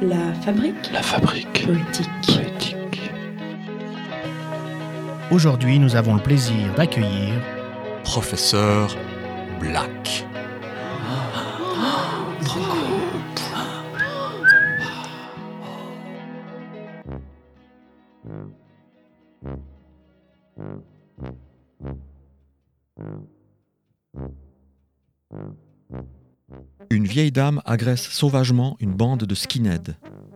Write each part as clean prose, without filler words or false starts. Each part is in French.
La fabrique. La fabrique. Poétique. Aujourd'hui, nous avons le plaisir d'accueillir Professeur Black. Une vieille dame agresse sauvagement une bande de skinheads.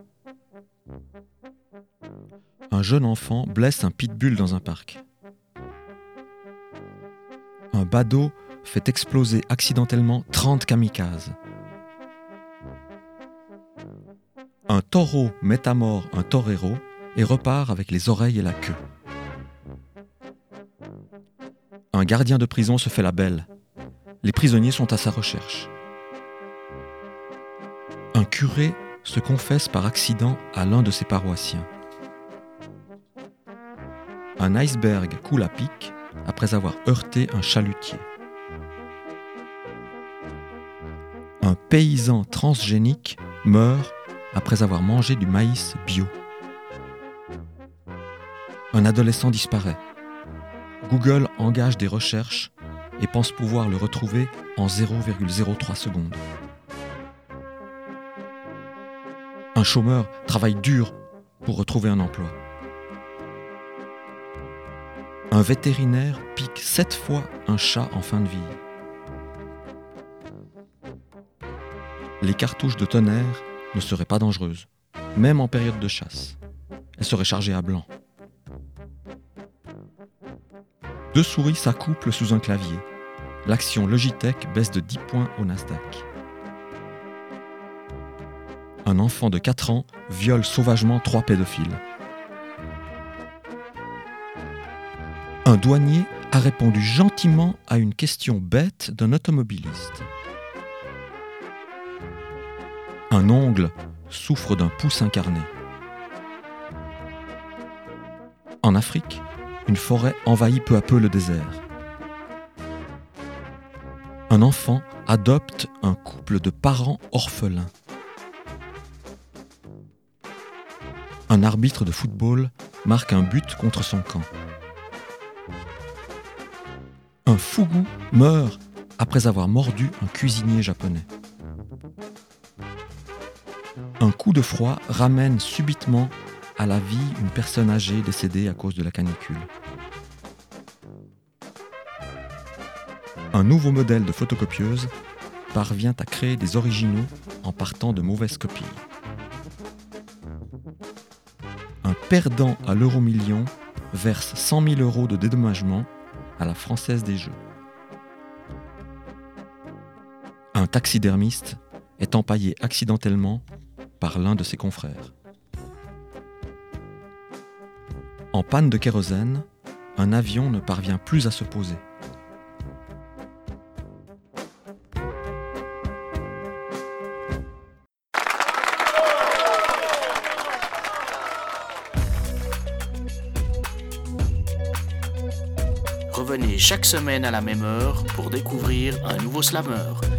Un jeune enfant blesse un pitbull dans un parc. Un badaud fait exploser accidentellement 30 kamikazes. Un taureau met à mort un torero et repart avec les oreilles et la queue. Un gardien de prison se fait la belle. Les prisonniers sont à sa recherche. Un curé se confesse par accident à l'un de ses paroissiens. Un iceberg coule à pic après avoir heurté un chalutier. Un paysan transgénique meurt après avoir mangé du maïs bio. Un adolescent disparaît. Google engage des recherches et pense pouvoir le retrouver en 0,03 secondes. Un chômeur travaille dur pour retrouver un emploi. Un vétérinaire pique 7 fois un chat en fin de vie. Les cartouches de tonnerre ne seraient pas dangereuses, même en période de chasse. Elles seraient chargées à blanc. 2 souris s'accouplent sous un clavier. L'action Logitech baisse de 10 points au Nasdaq. Un enfant de 4 ans viole sauvagement 3 pédophiles. Un douanier a répondu gentiment à une question bête d'un automobiliste. Un ongle souffre d'un pouce incarné. En Afrique, une forêt envahit peu à peu le désert. Un enfant adopte un couple de parents orphelins. Un arbitre de football marque un but contre son camp. Un fougou meurt après avoir mordu un cuisinier japonais. Un coup de froid ramène subitement à la vie une personne âgée décédée à cause de la canicule. Un nouveau modèle de photocopieuse parvient à créer des originaux en partant de mauvaises copies. Un perdant à l'euro-million verse 100 000 € de dédommagement à la Française des Jeux. Un taxidermiste est empaillé accidentellement par l'un de ses confrères. En panne de kérosène, un avion ne parvient plus à se poser. Revenez chaque semaine à la même heure pour découvrir un nouveau slameur.